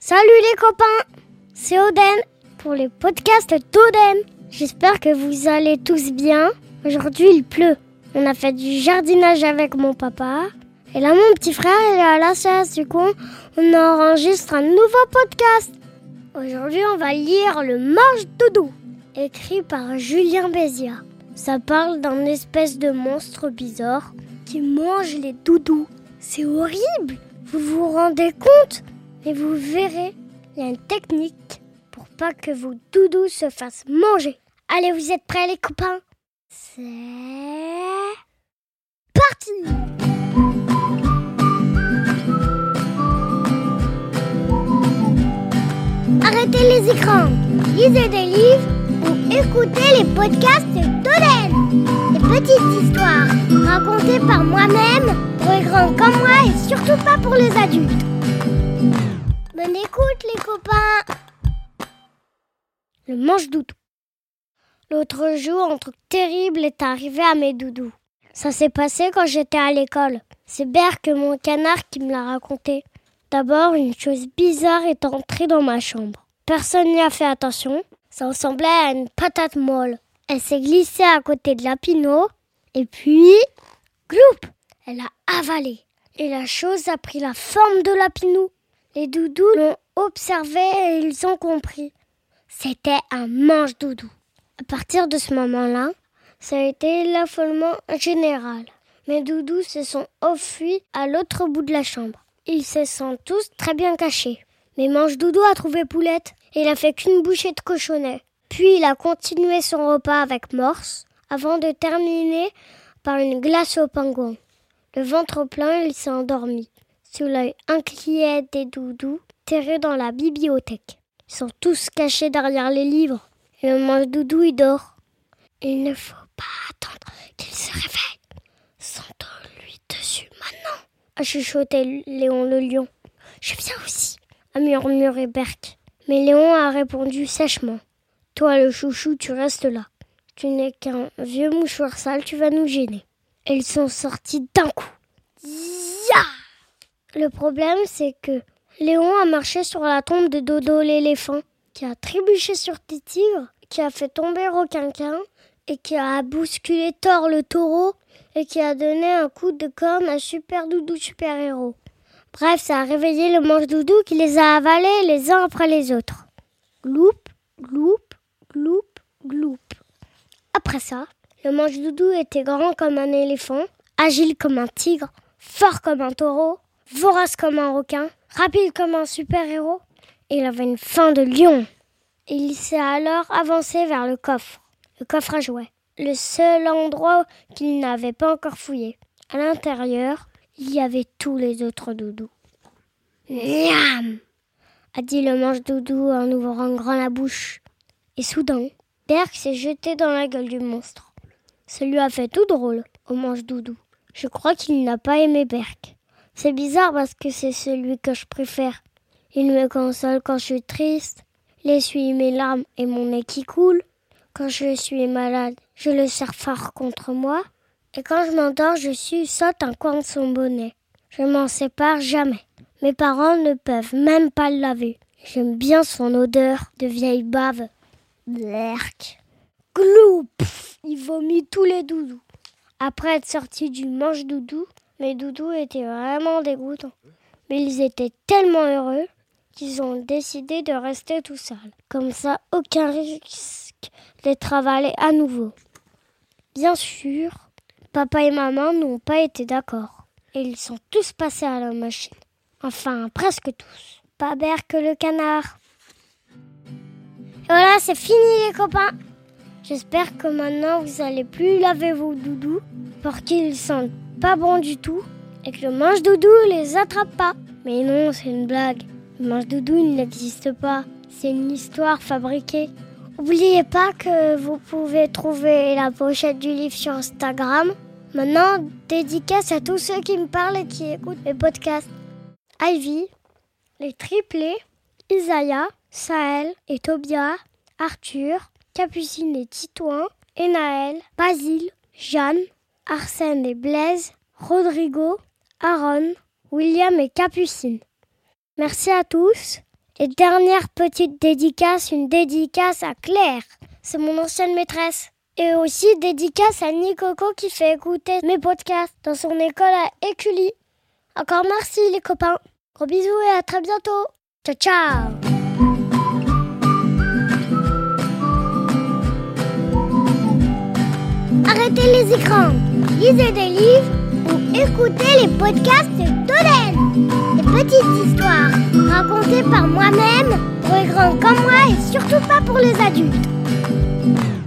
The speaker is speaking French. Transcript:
Salut les copains, c'est Oden pour les podcasts d'Oden. J'espère que vous allez tous bien. Aujourd'hui il pleut. On a fait du jardinage avec mon papa. Et là mon petit frère il est à la chasse. Du coup on enregistre un nouveau podcast. Aujourd'hui on va lire Le Mange-Doudou, écrit par Julien Bézia. Ça parle d'un espèce de monstre bizarre qui mange les doudous. C'est horrible. Vous vous rendez compte? Mais vous verrez, il y a une technique pour pas que vos doudous se fassent manger. Allez, vous êtes prêts les copains? C'est parti! Arrêtez les écrans, lisez des livres ou écoutez les podcasts d'Oden. Des petites histoires racontées par moi-même pour les grands comme moi et surtout pas pour les adultes. Bonne écoute les copains. Le Mange-Doudou. L'autre jour, un truc terrible est arrivé à mes doudous. Ça s'est passé quand j'étais à l'école. C'est Berk, mon canard, qui me l'a raconté. D'abord, une chose bizarre est entrée dans ma chambre. Personne n'y a fait attention. Ça ressemblait à une patate molle. Elle s'est glissée à côté de Lapino. Et puis, gloup, elle a avalé. Et la chose a pris la forme de Lapinou. Les doudous l'ont observé et ils ont compris. C'était un mange-doudou. À partir de ce moment-là, ça a été l'affolement général. Mes doudous se sont enfuis à l'autre bout de la chambre. Ils se sont tous très bien cachés. Mais mange-doudou a trouvé Poulette et il a fait qu'une bouchée de cochonnet. Puis il a continué son repas avec Morse avant de terminer par une glace au pingouin. Le ventre plein, il s'est endormi, sous l'œil inquiet des doudous, terrés dans la bibliothèque. Ils sont tous cachés derrière les livres. Et le mange-doudou, il dort. Il ne faut pas attendre qu'il se réveille. Sentons-lui dessus maintenant, a chuchoté Léon le lion. Je viens aussi, a murmuré Berk. Mais Léon a répondu sèchement. Toi, le chouchou, tu restes là. Tu n'es qu'un vieux mouchoir sale, tu vas nous gêner. Et ils sont sortis d'un coup. Ya! Le problème, c'est que Léon a marché sur la tombe de Dodo l'éléphant, qui a trébuché sur des tigres, qui a fait tomber Roquinquin, et qui a bousculé Thor le taureau, et qui a donné un coup de corne à Super Doudou Super Héros. Bref, ça a réveillé le mange-doudou qui les a avalés les uns après les autres. Gloup, gloup, gloup, gloup. Après ça, le mange-doudou était grand comme un éléphant, agile comme un tigre, fort comme un taureau, vorace comme un requin, rapide comme un super-héros. Et il avait une faim de lion. Et il s'est alors avancé vers le coffre à jouets, le seul endroit qu'il n'avait pas encore fouillé. À l'intérieur, il y avait tous les autres doudous. Miam! A dit le mange-doudou en ouvrant grand la bouche. Et soudain, Berk s'est jeté dans la gueule du monstre. Ça lui a fait tout drôle au mange-doudou. Je crois qu'il n'a pas aimé Berk. C'est bizarre parce que c'est celui que je préfère. Il me console quand je suis triste, il essuie mes larmes et mon nez qui coule. Quand je suis malade, je le serre fort contre moi. Et quand je m'endors, je saute un coin de son bonnet. Je m'en sépare jamais. Mes parents ne peuvent même pas le laver. J'aime bien son odeur de vieille bave. Blerk. Gloup! Il vomit tous les doudous. Après être sorti du mange-doudou, mes doudous étaient vraiment dégoûtants. Mais ils étaient tellement heureux qu'ils ont décidé de rester tout seuls. Comme ça, aucun risque d'être avalés à nouveau. Bien sûr, papa et maman n'ont pas été d'accord. Et ils sont tous passés à la machine. Enfin, presque tous. Pas Berk le canard. Et voilà, c'est fini les copains. J'espère que maintenant vous allez plus laver vos doudous pour qu'ils sentent pas bon du tout et que le mange-doudou les attrape pas. Mais non, c'est une blague. Le mange-doudou il n'existe pas. C'est une histoire fabriquée. N'oubliez pas que vous pouvez trouver la pochette du livre sur Instagram. Maintenant, dédicace à tous ceux qui me parlent et qui écoutent mes podcasts. Ivy, les triplés, Isaiah, Sahel et Tobia, Arthur, Capucine et Titouan, Enaël, Basile, Jeanne, Arsène et Blaise, Rodrigo, Aaron, William et Capucine. Merci à tous Et dernière petite dédicace, une dédicace à Claire. C'est mon ancienne maîtresse. Et aussi dédicace à Nicoco qui fait écouter mes podcasts dans son école à Écully. Encore merci les copains. Gros bisous et à très bientôt. Ciao ciao. Arrêtez les écrans, lisez des livres ou écoutez les podcasts Toden. Des petites histoires racontées par moi-même, pour les grands comme moi et surtout pas pour les adultes.